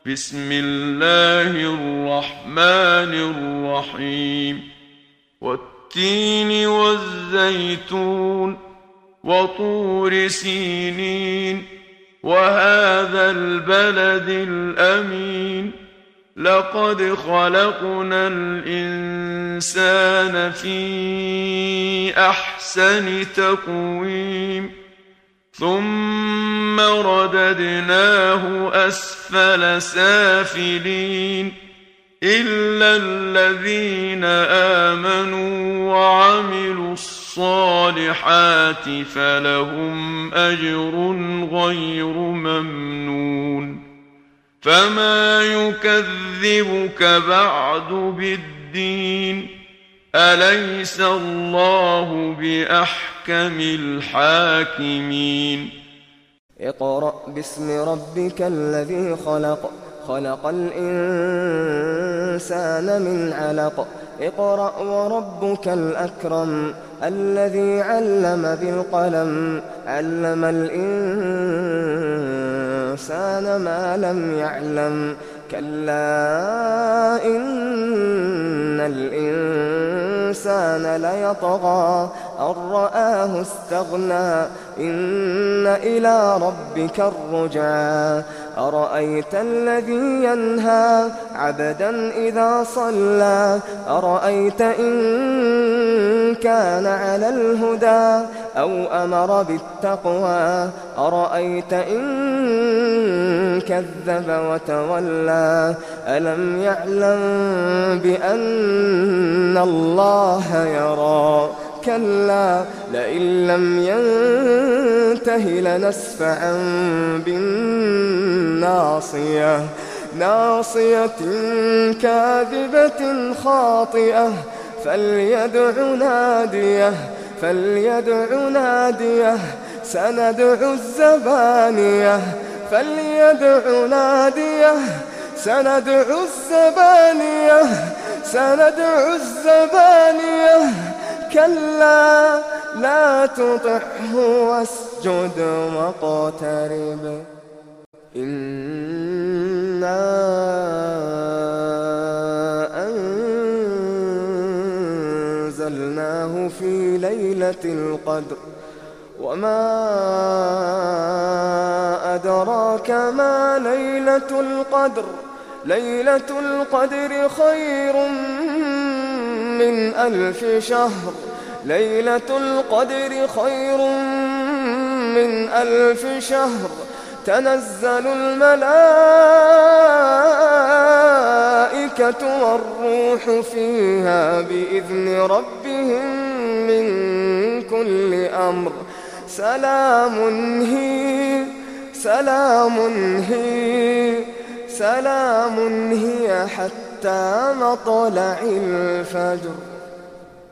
بسم الله الرحمن الرحيم والتين والزيتون وطور سينين وهذا البلد الأمين لقد خلقنا الإنسان في أحسن تقويم ثم رددناه أسفل سافلين إلا الذين آمنوا وعملوا الصالحات فلهم أجر غير ممنون فما يكذبك بعد بالدين أليس الله بأحكم الحاكمين اقرأ باسم ربك الذي خلق خلق الإنسان من علق اقرأ وربك الأكرم الذي علم بالقلم علم الإنسان ما لم يعلم كلا إن الإنسان ليطغى أن رآه استغنى إن إلى ربك الرجعى أرأيت الذي ينهى عبدا إذا صلى أرأيت إن كان على الهدى أو أمر بالتقوى أرأيت إن كذب وتولى ألم يعلم بأن الله يرى كلا لئن لم ينته لنسفعا بالناصية ناصية كاذبة خاطئة فليدع ناديه سندع الزبانية فليدع ناديه سندع الزبانية كلا لا تطعه واسجد واقترب إنا أنزلناه في ليلة القدر وما أدراك ما ليلة القدر ليلة القدر خير من 1000 شهر ليلة القدر خير من 1000 شهر تنزل الملائكة والروح فيها بإذن ربهم من كل أمر سلام هي حتى مطلع الفجر.